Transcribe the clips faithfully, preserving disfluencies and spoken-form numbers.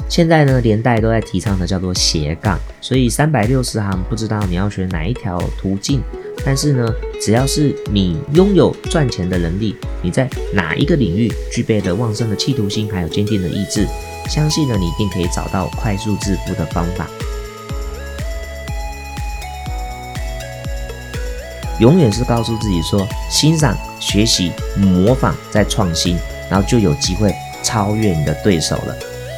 现在呢，连带都在提倡的叫做斜杠，所以三百六十行不知道你要选哪一条途径，但是呢，只要是你拥有赚钱的能力，你在哪一个领域具备了旺盛的企图心，还有坚定的意志，相信呢，你一定可以找到快速致富的方法。永远是告诉自己说，欣赏、学习、模仿，再创新，然后就有机会超越你的对手了。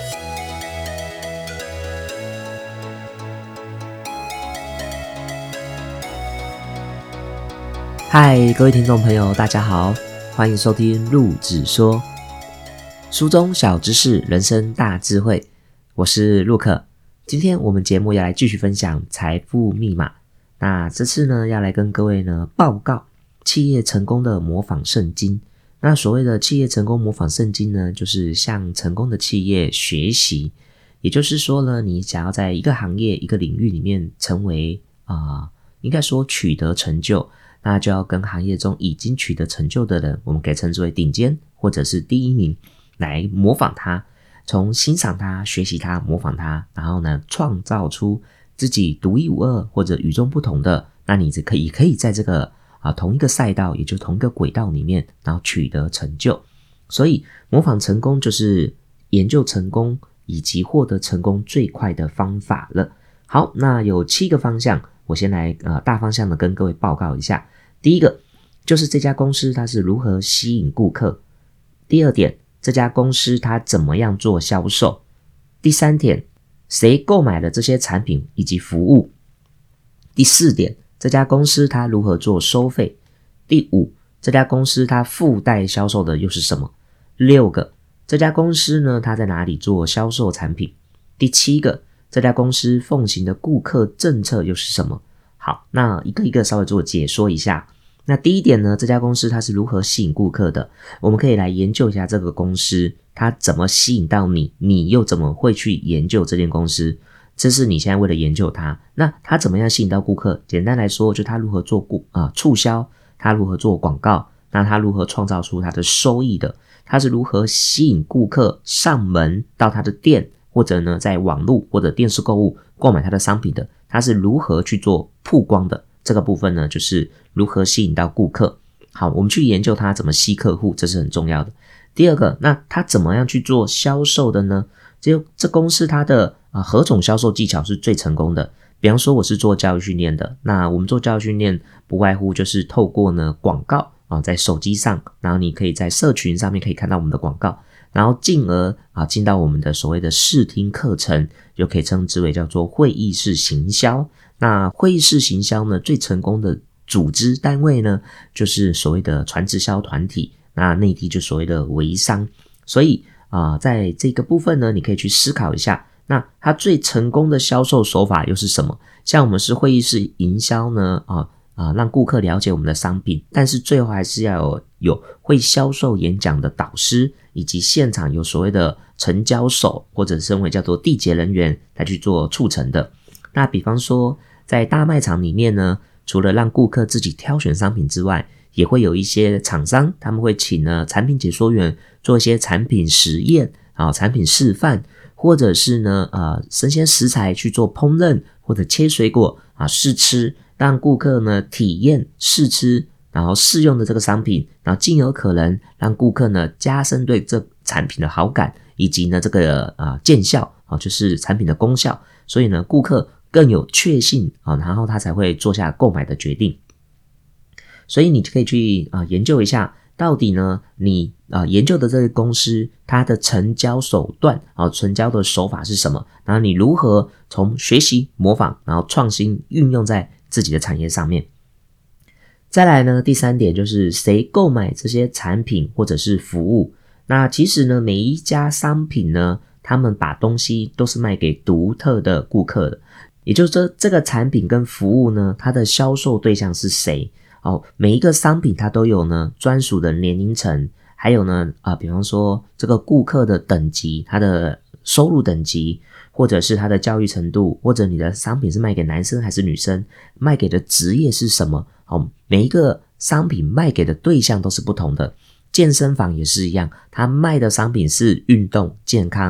嗨，各位听众朋友，大家好，欢迎收听陆子说，书中小知识，人生大智慧，我是陆克。今天我们节目要来继续分享财富密码。那这次呢，要来跟各位呢报告企业成功的模仿圣经。那所谓的企业成功模仿圣经呢，就是向成功的企业学习。也就是说呢，你想要在一个行业、一个领域里面成为啊、呃，应该说取得成就，那就要跟行业中已经取得成就的人，我们可以称之为顶尖或者是第一名，来模仿他，从欣赏他、学习他、模仿他，然后呢，创造出自己独一无二或者与众不同的，那你可以可以在这个啊同一个赛道，也就同一个轨道里面，然后取得成就。所以模仿成功就是研究成功以及获得成功最快的方法了。好，那有七个方向，我先来呃大方向的跟各位报告一下。第一个就是这家公司它是如何吸引顾客。第二点，这家公司它怎么样做销售。第三点，谁购买了这些产品以及服务。第四点，这家公司它如何做收费。第五，这家公司它附带销售的又是什么。六个，这家公司呢，它在哪里做销售产品。第七个，这家公司奉行的顾客政策又是什么。好，那一个一个稍微做解说一下。那第一点呢，这家公司它是如何吸引顾客的，我们可以来研究一下这个公司它怎么吸引到你，你又怎么会去研究这间公司，这是你现在为了研究它。那它怎么样吸引到顾客，简单来说就它如何做顾啊、呃、促销，它如何做广告，那它如何创造出它的收益的，它是如何吸引顾客上门到它的店，或者呢在网络或者电视购物购买它的商品的，它是如何去做曝光的，这个部分呢就是如何吸引到顾客。好，我们去研究它怎么吸客户，这是很重要的。第二个，那它怎么样去做销售的呢？这这公司它的啊、呃、何种销售技巧是最成功的？比方说我是做教育训练的，那我们做教育训练不外乎就是透过呢广告啊、呃、在手机上，然后你可以在社群上面可以看到我们的广告，然后进而啊进到我们的所谓的试听课程，就可以称之为叫做会议室行销。那会议室行销呢，最成功的组织单位呢，就是所谓的传直销团体，那内地就所谓的微商。所以啊、呃，在这个部分呢，你可以去思考一下，那它最成功的销售手法又是什么？像我们是会议室营销呢，啊、呃、啊，让顾客了解我们的商品，但是最后还是要有有会销售演讲的导师，以及现场有所谓的成交手或者称为叫做缔结人员来去做促成的。那比方说在大卖场里面呢，除了让顾客自己挑选商品之外，也会有一些厂商他们会请呢产品解说员做一些产品实验啊、产品示范，或者是呢呃生鲜食材去做烹饪，或者切水果啊试吃，让顾客呢体验试吃，然后试用的这个商品，然后进而可能让顾客呢加深对这产品的好感，以及呢这个啊见效啊就是产品的功效，所以呢顾客更有确信啊，然后他才会做下购买的决定。所以你可以去啊、呃、研究一下，到底呢你啊、呃、研究的这个公司它的成交手段啊、成交的手法是什么，然后你如何从学习模仿，然后创新运用在自己的产业上面。再来呢，第三点就是谁购买这些产品或者是服务。那其实呢，每一家商品呢，他们把东西都是卖给独特的顾客的，也就是说这个产品跟服务呢，它的销售对象是谁。哦，每一个商品它都有呢专属的年龄层，还有呢啊、呃，比方说这个顾客的等级，他的收入等级，或者是他的教育程度，或者你的商品是卖给男生还是女生，卖给的职业是什么。哦，每一个商品卖给的对象都是不同的。健身房也是一样，他卖的商品是运动、健康，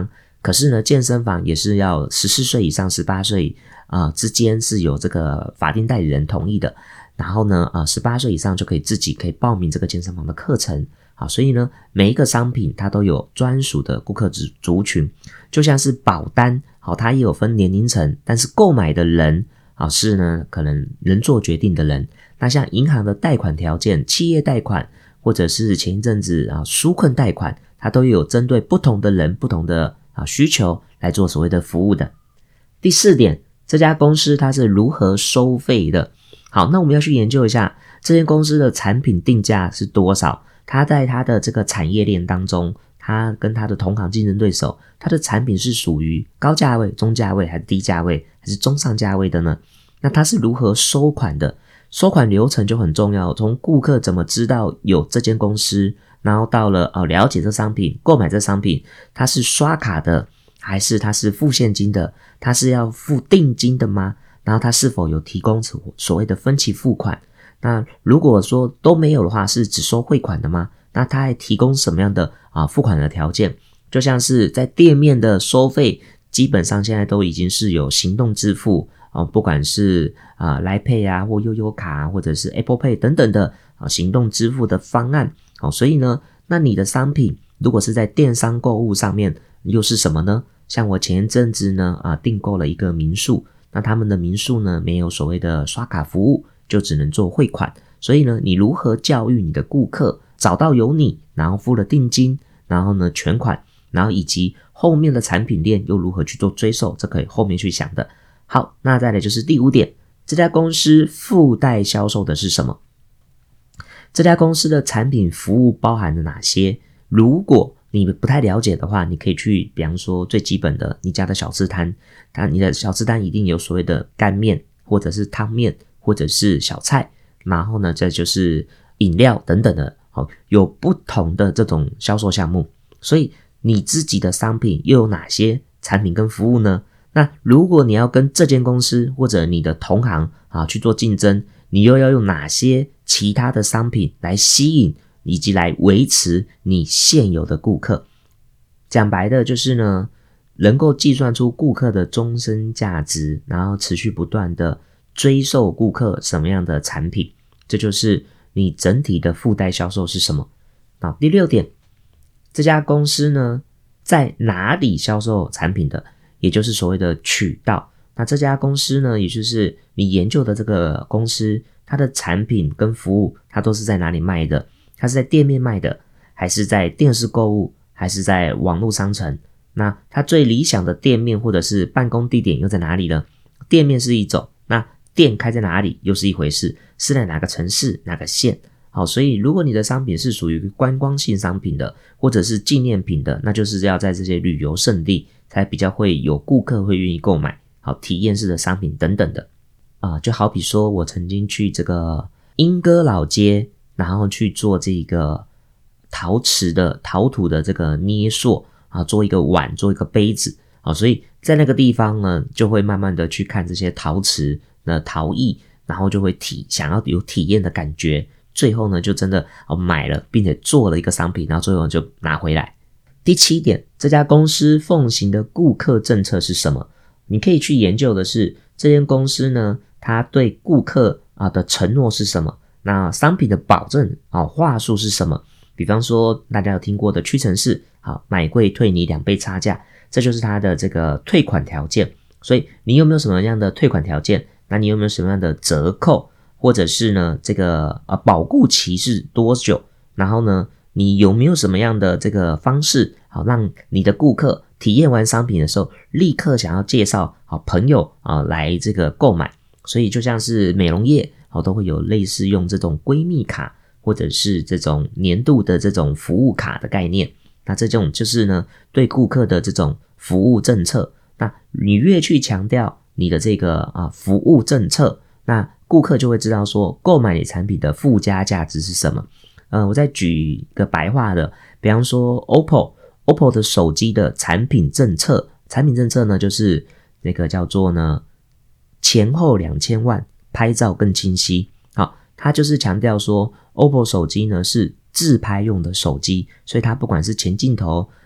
可是呢，健身房也是要十四岁以上十八岁啊、呃、之间是有这个法定代理人同意的。然后呢，呃，十八岁以上就可以自己可以报名这个健身房的课程。好，所以呢，每一个商品它都有专属的顾客族群，就像是保单，好，它也有分年龄层，但是购买的人，好，是呢，可能能做决定的人。那像银行的贷款条件、企业贷款，或者是前一阵子啊纾困贷款，它都有针对不同的人、不同的啊需求来做所谓的服务的。第四点，这家公司它是如何收费的？好，那我们要去研究一下这间公司的产品定价是多少，它在它的这个产业链当中，它跟它的同行竞争对手，它的产品是属于高价位、中价位还是低价位还是中上价位的呢？那它是如何收款的？收款流程就很重要，从顾客怎么知道有这间公司，然后到了呃了解这商品、购买这商品，它是刷卡的还是它是付现金的？它是要付定金的吗？然后它是否有提供所谓的分期付款？那如果说都没有的话，是只收汇款的吗？那它还提供什么样的啊付款的条件？就像是在店面的收费，基本上现在都已经是有行动支付啊，不管是啊 Line Pay 啊或悠游卡啊，或者是 Apple Pay 等等的啊行动支付的方案。好，所以呢，那你的商品如果是在电商购物上面，又是什么呢？像我前一阵子呢啊订购了一个民宿。那他们的民宿呢，没有所谓的刷卡服务，就只能做汇款。所以呢，你如何教育你的顾客找到有你，然后付了定金，然后呢全款，然后以及后面的产品链又如何去做追售，这可以后面去想的。好，那再来就是第五点，这家公司附带销售的是什么？这家公司的产品服务包含了哪些？如果你不太了解的话，你可以去比方说最基本的你家的小吃摊，它你的小吃摊一定有所谓的干面或者是汤面或者是小菜，然后呢再就是饮料等等的，好，有不同的这种销售项目。所以你自己的商品又有哪些产品跟服务呢？那如果你要跟这间公司或者你的同行啊去做竞争，你又要用哪些其他的商品来吸引以及来维持你现有的顾客？讲白的就是呢，能够计算出顾客的终身价值，然后持续不断的追售顾客什么样的产品，这就是你整体的附带销售是什么。好，第六点，这家公司呢在哪里销售产品的，也就是所谓的渠道。那这家公司呢，也就是你研究的这个公司，它的产品跟服务它都是在哪里卖的？它是在店面卖的，还是在电视购物，还是在网络商城？那它最理想的店面或者是办公地点又在哪里呢？店面是一种，那店开在哪里又是一回事，是在哪个城市哪个县？好，所以如果你的商品是属于观光性商品的，或者是纪念品的，那就是要在这些旅游胜地才比较会有顾客会愿意购买，好，体验式的商品等等的啊、呃，就好比说我曾经去这个莺歌老街，然后去做这个陶瓷的陶土的这个捏塑啊，做一个碗，做一个杯子啊，所以在那个地方呢，就会慢慢的去看这些陶瓷的陶艺，然后就会体想要有体验的感觉，最后呢就真的、哦、买了，并且做了一个商品，然后最后就拿回来。第七点，这家公司奉行的顾客政策是什么？你可以去研究的是这间公司呢，它对顾客啊的承诺是什么？那商品的保证啊话术是什么？比方说大家有听过的屈臣氏，好，买贵退你两倍差价，这就是它的这个退款条件。所以你有没有什么样的退款条件？那你有没有什么样的折扣？或者是呢这个呃保固期是多久？然后呢你有没有什么样的这个方式，好让你的顾客体验完商品的时候立刻想要介绍好朋友啊来这个购买？所以就像是美容业好都会有类似用这种闺蜜卡或者是这种年度的这种服务卡的概念。那这种就是呢对顾客的这种服务政策。那你越去强调你的这个啊服务政策，那顾客就会知道说购买你产品的附加价值是什么。呃，我再举一个白话的，比方说 O P P O，O P P O 的手机的产品政策，产品政策呢就是那个叫做呢前后两千万，拍照更清晰。好，它就是强调说 O P P O 手机呢是自拍用的手机，所以它不管是前镜头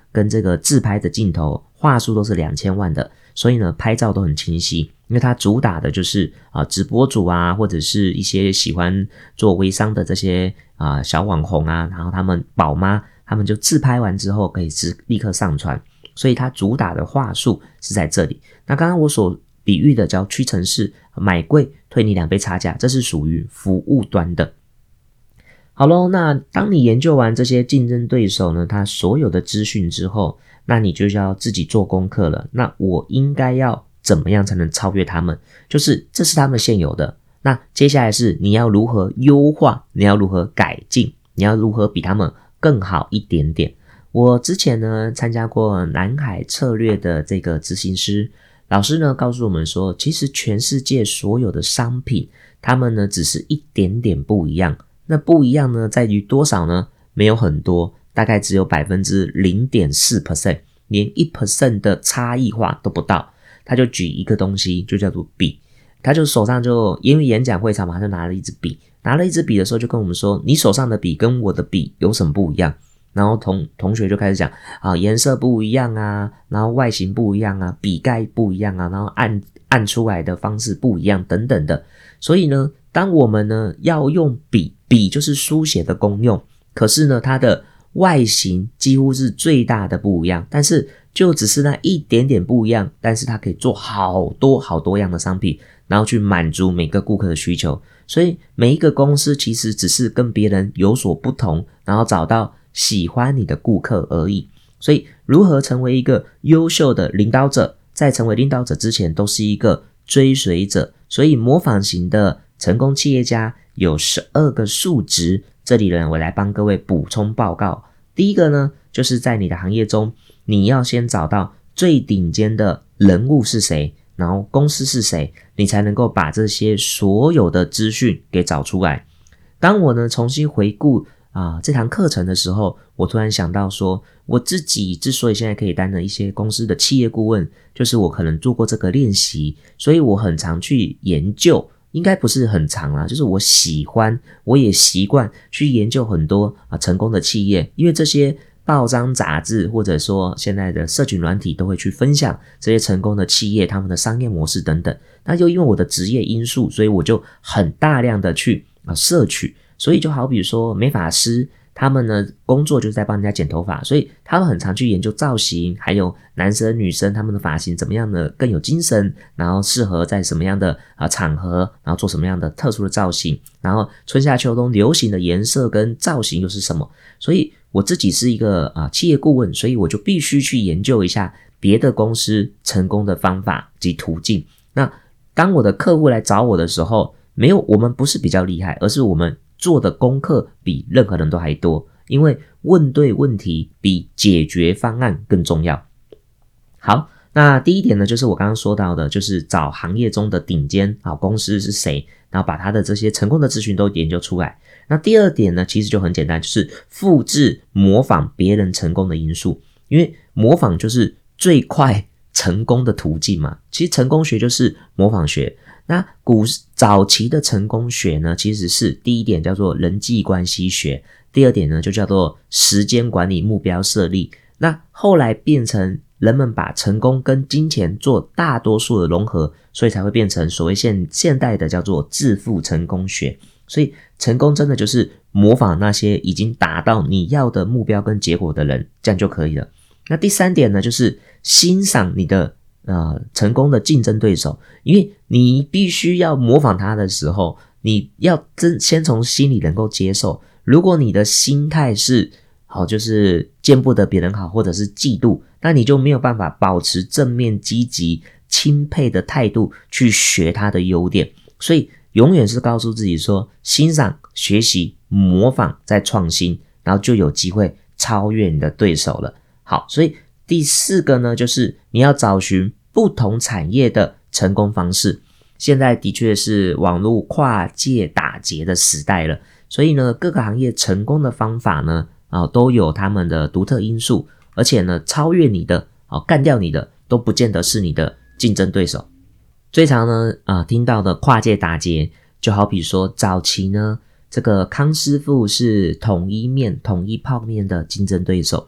跟这个自拍的镜头画素都是两千万的，所以呢拍照都很清晰，因为它主打的就是啊、呃、直播主啊，或者是一些喜欢做微商的这些啊、呃、小网红啊，然后他们宝妈他们就自拍完之后可以是立刻上传，所以它主打的话术是在这里。那刚刚我所比喻的叫屈臣氏买贵退你两杯差价，这是属于服务端的。好咯，那当你研究完这些竞争对手呢，他所有的资讯之后，那你就要自己做功课了。那我应该要怎么样才能超越他们？就是这是他们现有的，那接下来是你要如何优化，你要如何改进，你要如何比他们更好一点点。我之前呢参加过南海策略的这个执行师，老师呢告诉我们说，其实全世界所有的商品，他们呢只是一点点不一样。那不一样呢在于多少呢？没有很多，大概只有 百分之零点四， 连 百分之一 的差异化都不到。他就举一个东西，就叫做笔，他就手上就因为演讲会场嘛，他就拿了一支笔，拿了一支笔的时候就跟我们说，你手上的笔跟我的笔有什么不一样？然后同同学就开始讲啊，颜色不一样啊，然后外形不一样啊，笔盖不一样啊，然后按按出来的方式不一样等等的。所以呢，当我们呢要用笔，笔就是书写的功用，可是呢它的外形几乎是最大的不一样，但是就只是那一点点不一样，但是它可以做好多好多样的商品，然后去满足每个顾客的需求。所以每一个公司其实只是跟别人有所不同，然后找到喜欢你的顾客而已。所以如何成为一个优秀的领导者，在成为领导者之前都是一个追随者。所以模仿型的成功企业家有十二个数值，这里呢我来帮各位补充报告。第一个呢，就是在你的行业中，你要先找到最顶尖的人物是谁，然后公司是谁，你才能够把这些所有的资讯给找出来。当我呢重新回顾啊、呃、这堂课程的时候，我突然想到说，我自己之所以现在可以担任一些公司的企业顾问，就是我可能做过这个练习，所以我很常去研究，应该不是很常啦，就是我喜欢，我也习惯去研究很多啊成功的企业，因为这些报章杂志或者说现在的社群软体都会去分享这些成功的企业他们的商业模式等等。那就因为我的职业因素，所以我就很大量的去啊摄取。所以就好比说美发师，他们呢工作就是在帮人家剪头发，所以他们很常去研究造型，还有男生女生他们的发型怎么样的更有精神，然后适合在什么样的啊场合，然后做什么样的特殊的造型，然后春夏秋冬流行的颜色跟造型又是什么。所以我自己是一个啊企业顾问，所以我就必须去研究一下别的公司成功的方法及途径。那当我的客户来找我的时候，没有，我们不是比较厉害，而是我们做的功课比任何人都还多，因为问对问题比解决方案更重要。好，那第一点呢，就是我刚刚说到的，就是找行业中的顶尖啊公司是谁，然后把他的这些成功的资讯都研究出来。那第二点呢，其实就很简单，就是复制模仿别人成功的因素，因为模仿就是最快成功的途径嘛。其实成功学就是模仿学。那古早期的成功学呢，其实是第一点叫做人际关系学，第二点呢就叫做时间管理目标设立。那后来变成人们把成功跟金钱做大多数的融合，所以才会变成所谓现现代的叫做致富成功学。所以成功真的就是模仿那些已经达到你要的目标跟结果的人，这样就可以了。那第三点呢，就是欣赏你的呃，成功的竞争对手，因为你必须要模仿他的时候，你要真先从心里能够接受。如果你的心态是好，就是见不得别人好，或者是嫉妒，那你就没有办法保持正面积极钦佩的态度去学他的优点。所以永远是告诉自己说，欣赏、学习、模仿再创新，然后就有机会超越你的对手了。好，所以第四个呢，就是你要找寻不同产业的成功方式。现在的确是网络跨界打劫的时代了，所以呢，各个行业成功的方法呢，啊，都有他们的独特因素，而且呢，超越你的，啊，干掉你的，都不见得是你的竞争对手。最常呢，啊，听到的跨界打劫，就好比说早期呢，这个康师傅是统一面、统一泡面的竞争对手。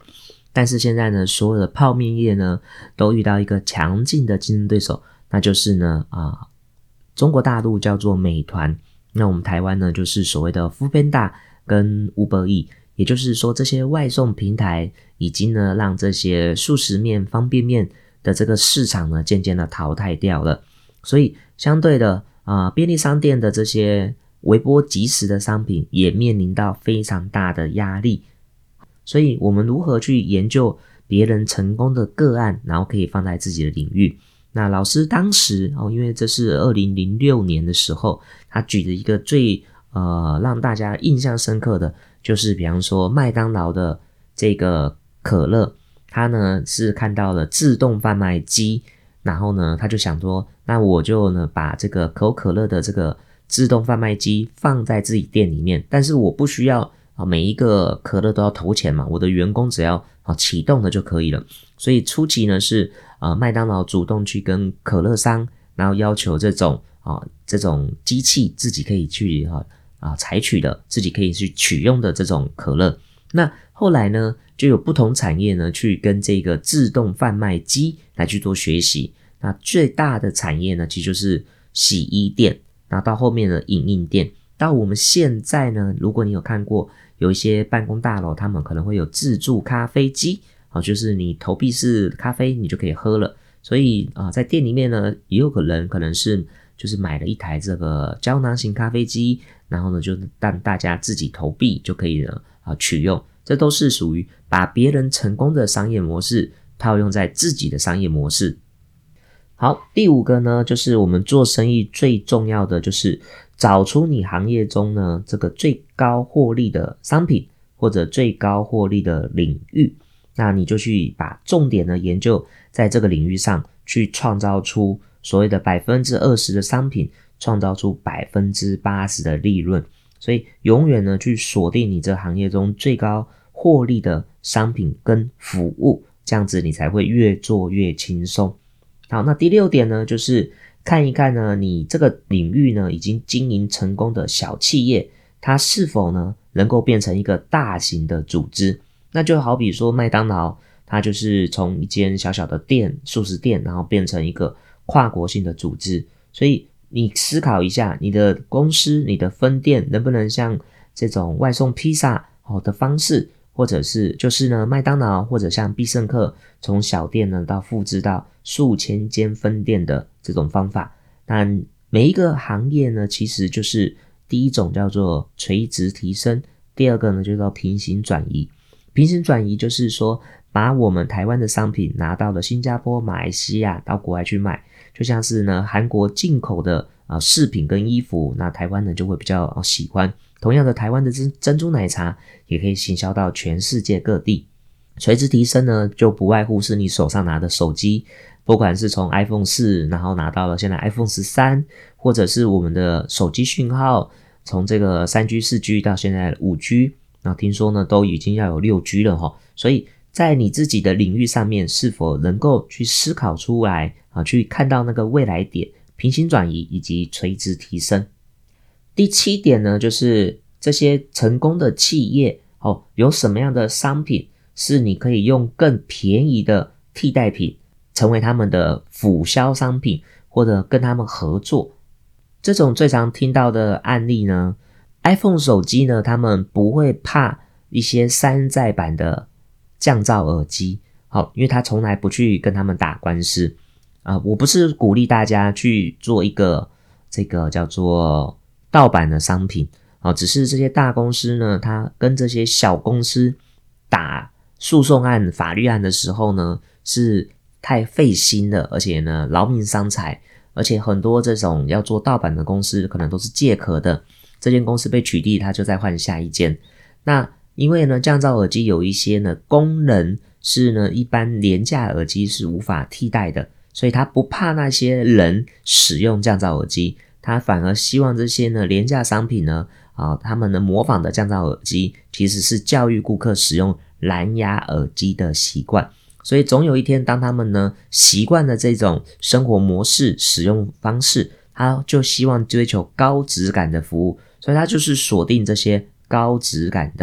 但是现在呢，所有的泡面业呢都遇到一个强劲的竞争对手，那就是呢啊，中国大陆叫做美团，那我们台湾呢就是所谓的 Foodpanda 跟 Uber Eats， 也就是说这些外送平台已经呢让这些速食面、方便面的这个市场呢渐渐的淘汰掉了，所以相对的啊、呃，便利商店的这些微波即食的商品也面临到非常大的压力。所以我们如何去研究别人成功的个案，然后可以放在自己的领域。那老师当时哦，因为这是二零零六年的时候，他举的一个最呃让大家印象深刻的就是比方说麦当劳的这个可乐，他呢是看到了自动贩卖机，然后呢他就想说，那我就呢把这个可口可乐的这个自动贩卖机放在自己店里面，但是我不需要每一个可乐都要投钱嘛，我的员工只要启动了就可以了。所以初期呢是呃麦当劳主动去跟可乐商，然后要求这种啊这种机器自己可以去啊啊采取的，自己可以去取用的这种可乐。那后来呢就有不同产业呢去跟这个自动贩卖机来去做学习。那最大的产业呢其实就是洗衣店，然后到后面的影印店，到我们现在呢，如果你有看过有一些办公大楼，他们可能会有自助咖啡机，好，就是你投币式咖啡你就可以喝了。所以啊、呃，在店里面呢，也有可能可能是就是买了一台这个胶囊型咖啡机，然后呢就让大家自己投币就可以了啊取用。这都是属于把别人成功的商业模式套用在自己的商业模式。好，第五个呢，就是我们做生意最重要的就是找出你行业中呢这个最高获利的商品或者最高获利的领域，那你就去把重点的研究在这个领域上，去创造出所谓的 百分之二十 的商品，创造出 百分之八十 的利润。所以永远呢去锁定你这行业中最高获利的商品跟服务，这样子你才会越做越轻松。好，那第六点呢，就是看一看呢，你这个领域呢已经经营成功的小企业，它是否呢能够变成一个大型的组织。那就好比说麦当劳，它就是从一间小小的店，速食店，然后变成一个跨国性的组织。所以你思考一下，你的公司、你的分店能不能像这种外送披萨的方式，或者是就是呢麦当劳或者像必胜客从小店呢到复制到数千间分店的这种方法。那每一个行业呢其实就是第一种叫做垂直提升，第二个呢就叫平行转移。平行转移就是说把我们台湾的商品拿到了新加坡、马来西亚到国外去卖，就像是呢韩国进口的呃饰品跟衣服，那台湾呢就会比较、呃、喜欢。同样的，台湾的珍珠奶茶也可以行销到全世界各地。垂直提升呢就不外乎是你手上拿的手机，不管是从 iPhone 四然后拿到了现在 iPhone 十三，或者是我们的手机讯号从这个 三 G 四 G 到现在 五 G， 然后听说呢都已经要有 六 G 了齁。所以在你自己的领域上面是否能够去思考出来啊，去看到那个未来点，平行转移以及垂直提升。第七点呢，就是这些成功的企业哦，有什么样的商品是你可以用更便宜的替代品成为他们的辅销商品，或者跟他们合作。这种最常听到的案例呢， iPhone 手机呢他们不会怕一些山寨版的降噪耳机，好，因为他从来不去跟他们打官司啊、呃。我不是鼓励大家去做一个这个叫做盗版的商品啊，只是这些大公司呢，他跟这些小公司打诉讼案、法律案的时候呢，是太费心了，而且呢劳民伤财，而且很多这种要做盗版的公司可能都是借壳的，这间公司被取缔，他就再换下一间。那因为呢降噪耳机有一些呢功能是呢一般廉价耳机是无法替代的，所以他不怕那些人使用降噪耳机，他反而希望这些呢廉价商品呢啊，他们呢模仿的降噪耳机其实是教育顾客使用蓝牙耳机的习惯。所以总有一天当他们呢习惯了这种生活模式使用方式，他就希望追求高质感的服务，所以他就是锁定这些高质感的。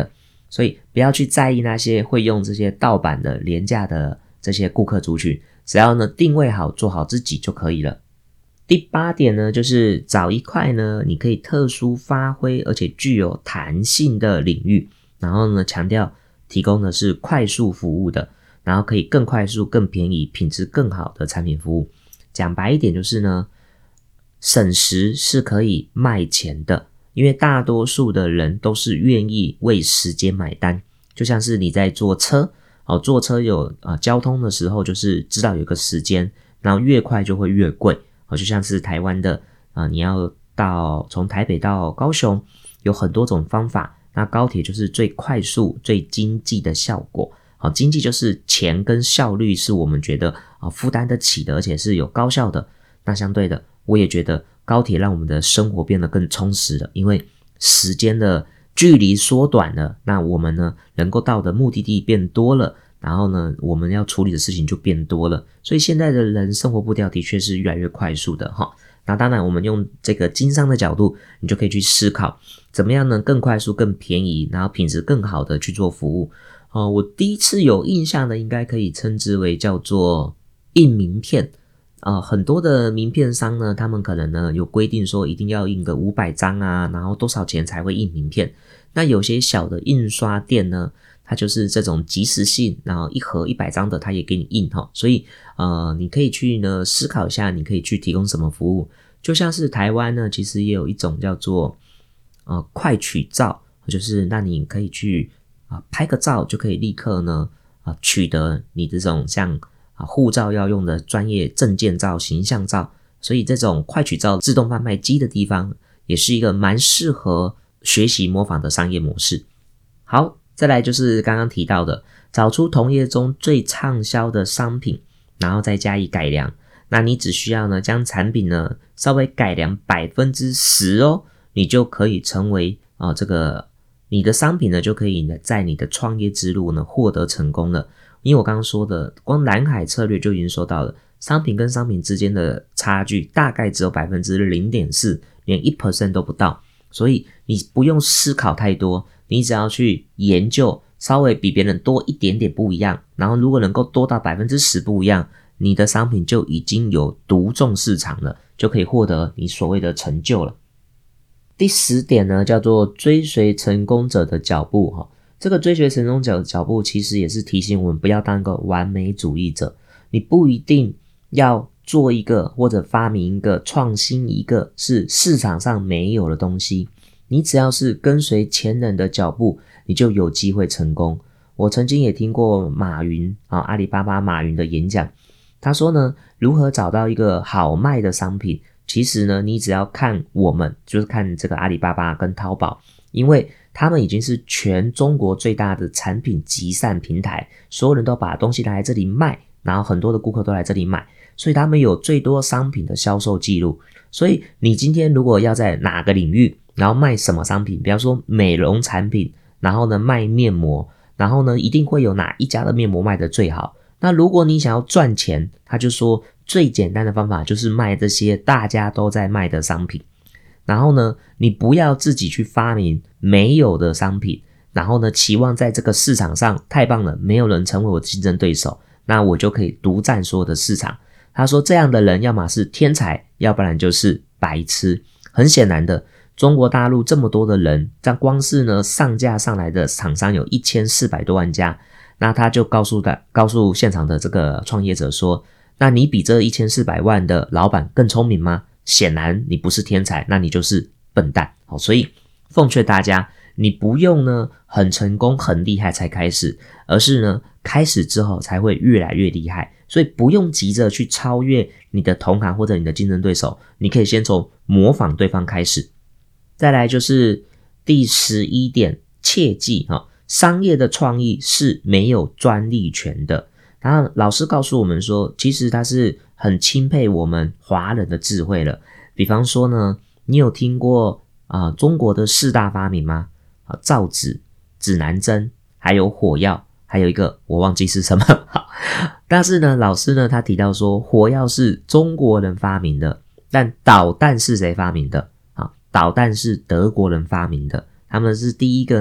所以不要去在意那些会用这些盗版的廉价的这些顾客族群，只要呢定位好，做好自己就可以了。第八点呢，就是找一块呢你可以特殊发挥而且具有弹性的领域，然后呢强调提供的是快速服务的，然后可以更快速更便宜品质更好的产品服务。讲白一点就是呢，省时是可以卖钱的，因为大多数的人都是愿意为时间买单。就像是你在坐车哦，坐车有呃交通的时候，就是知道有个时间，然后越快就会越贵哦。就像是台湾的啊、呃，你要到从台北到高雄有很多种方法，那高铁就是最快速最经济的效果。好，经济就是钱跟效率是我们觉得啊负担得起的，而且是有高效的。那相对的，我也觉得高铁让我们的生活变得更充实了，因为时间的距离缩短了，那我们呢能够到的目的地变多了，然后呢我们要处理的事情就变多了，所以现在的人生活步调的确是越来越快速的齁。那当然我们用这个经商的角度，你就可以去思考怎么样呢更快速更便宜，然后品质更好的去做服务。呃，我第一次有印象的应该可以称之为叫做印名片。呃，很多的名片商呢，他们可能呢有规定说一定要印个五百张啊，然后多少钱才会印名片。那有些小的印刷店呢，它就是这种即时性，然后一盒一百张的它也给你印齁。所以呃，你可以去呢思考一下，你可以去提供什么服务。就像是台湾呢，其实也有一种叫做呃快取照，就是那你可以去啊拍个照就可以立刻呢啊取得你这种像啊，护照要用的专业证件照、形象照，所以这种快取照自动贩卖机的地方，也是一个蛮适合学习模仿的商业模式。好，再来就是刚刚提到的，找出同业中最畅销的商品，然后再加以改良。那你只需要呢，将产品呢稍微改良 百分之十 哦，你就可以成为啊、呃、这个你的商品呢就可以呢在你的创业之路呢获得成功了。因为我刚刚说的光蓝海策略就已经说到了，商品跟商品之间的差距大概只有 百分之零点四， 连 百分之一 都不到，所以你不用思考太多，你只要去研究稍微比别人多一点点不一样，然后如果能够多到 百分之十 不一样，你的商品就已经有独中市场了，就可以获得你所谓的成就了。第十点呢，叫做追随成功者的脚步哈。这个追随成功者的脚步其实也是提醒我们不要当个完美主义者，你不一定要做一个或者发明一个创新一个是市场上没有的东西，你只要是跟随前人的脚步，你就有机会成功。我曾经也听过马云啊，阿里巴巴马云的演讲，他说呢，如何找到一个好卖的商品，其实呢你只要看我们就是看这个阿里巴巴跟淘宝，因为他们已经是全中国最大的产品集散平台，所有人都把东西来这里卖，然后很多的顾客都来这里买，所以他们有最多商品的销售记录。所以你今天如果要在哪个领域，然后卖什么商品，比方说美容产品，然后呢卖面膜，然后呢一定会有哪一家的面膜卖得最好。那如果你想要赚钱，他就说最简单的方法就是卖这些大家都在卖的商品。然后呢，你不要自己去发明没有的商品，然后呢，期望在这个市场上太棒了，没有人成为我的竞争对手，那我就可以独占所有的市场。他说这样的人要么是天才，要不然就是白痴。很显然的，中国大陆这么多的人，但光是呢上架上来的厂商有一千四百多万家，那他就告诉他告诉现场的这个创业者说，那你比这一千四百万的老板更聪明吗？显然你不是天才，那你就是笨蛋。好，所以奉劝大家，你不用呢很成功很厉害才开始，而是呢开始之后才会越来越厉害。所以不用急着去超越你的同行或者你的竞争对手，你可以先从模仿对方开始。再来就是第十一点，切记齁，商业的创意是没有专利权的。然后老师告诉我们说，其实他是很钦佩我们华人的智慧了。比方说呢，你有听过啊、呃、中国的四大发明吗？啊，造纸、指南针，还有火药，还有一个我忘记是什么。但是呢，老师呢他提到说，火药是中国人发明的，但导弹是谁发明的？啊，导弹是德国人发明的。他们是第一个呢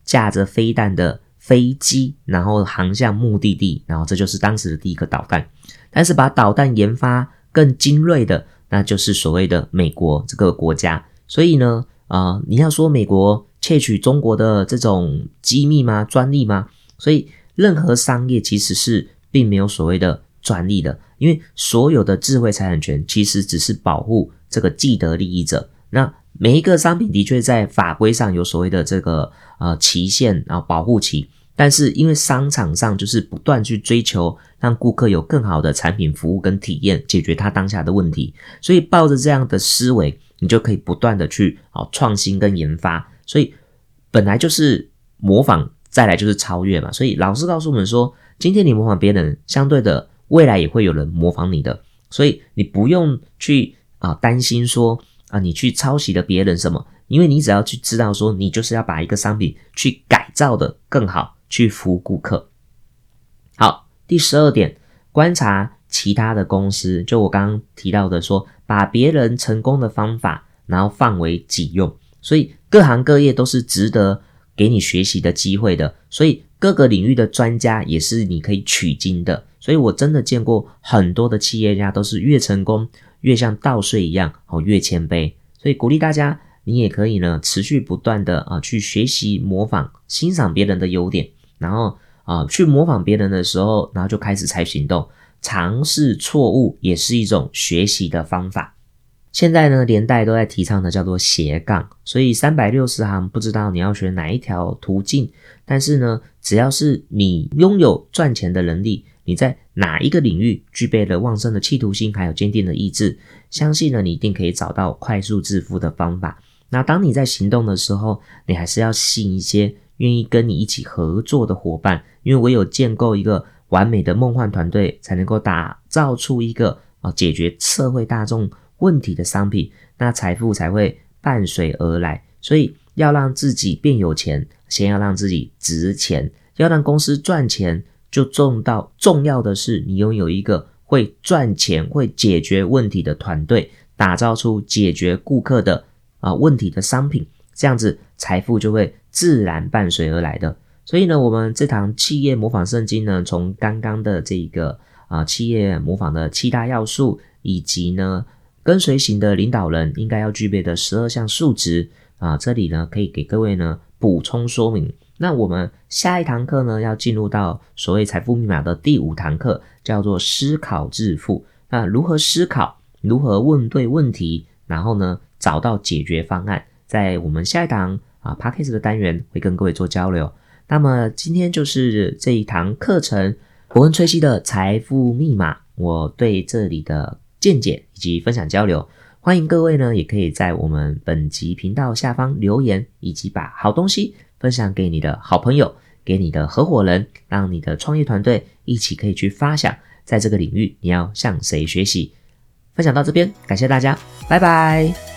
架着飞弹的飞机，然后航向目的地，然后这就是当时的第一个导弹。但是把导弹研发更精锐的，那就是所谓的美国这个国家。所以呢呃，你要说美国窃取中国的这种机密吗？专利吗？所以任何商业其实是并没有所谓的专利的，因为所有的智慧财产权其实只是保护这个既得利益者。那每一个商品的确在法规上有所谓的这个呃期限，然后保护期，但是因为商场上就是不断去追求让顾客有更好的产品服务跟体验，解决他当下的问题，所以抱着这样的思维，你就可以不断的去哦创新跟研发。所以本来就是模仿，再来就是超越嘛。所以老师告诉我们说，今天你模仿别人，相对的未来也会有人模仿你的，所以你不用去啊、呃、担心说啊，你去抄袭了别人什么，因为你只要去知道说，你就是要把一个商品去改造的更好，去服务顾客。好，第十二点，观察其他的公司，就我刚刚提到的说，把别人成功的方法，然后放为己用。所以各行各业都是值得给你学习的机会的，所以各个领域的专家也是你可以取经的。所以我真的见过很多的企业家都是越成功越像稻穗一样越谦卑，所以鼓励大家，你也可以呢持续不断的啊去学习模仿欣赏别人的优点，然后啊去模仿别人的时候，然后就开始采行动，尝试错误也是一种学习的方法。现在呢连带都在提倡的叫做斜杠，所以三百六十行不知道你要选哪一条途径，但是呢只要是你拥有赚钱的能力，你在哪一个领域具备了旺盛的企图心还有坚定的意志，相信呢你一定可以找到快速致富的方法。那当你在行动的时候，你还是要吸引一些愿意跟你一起合作的伙伴，因为唯有建构一个完美的梦幻团队，才能够打造出一个、呃、解决社会大众问题的商品，那财富才会伴随而来。所以要让自己变有钱，先要让自己值钱，要让公司赚钱，就重到重要的是你拥有一个会赚钱会解决问题的团队，打造出解决顾客的、呃、问题的商品，这样子财富就会自然伴随而来的。所以呢我们这堂企业模仿圣经呢，从刚刚的这个、呃、企业模仿的七大要素，以及呢跟随型的领导人应该要具备的十二项素质啊，这里呢可以给各位呢补充说明。那我们下一堂课呢要进入到所谓财富密码的第五堂课，叫做思考致富。那如何思考，如何问对问题，然后呢找到解决方案，在我们下一堂啊 Podcast 的单元会跟各位做交流。那么今天就是这一堂课程伯恩崔西的财富密码，我对这里的见解以及分享交流，欢迎各位呢也可以在我们本集频道下方留言，以及把好东西分享给你的好朋友，给你的合伙人，让你的创业团队一起可以去发想，在这个领域你要向谁学习。分享到这边，感谢大家，拜拜。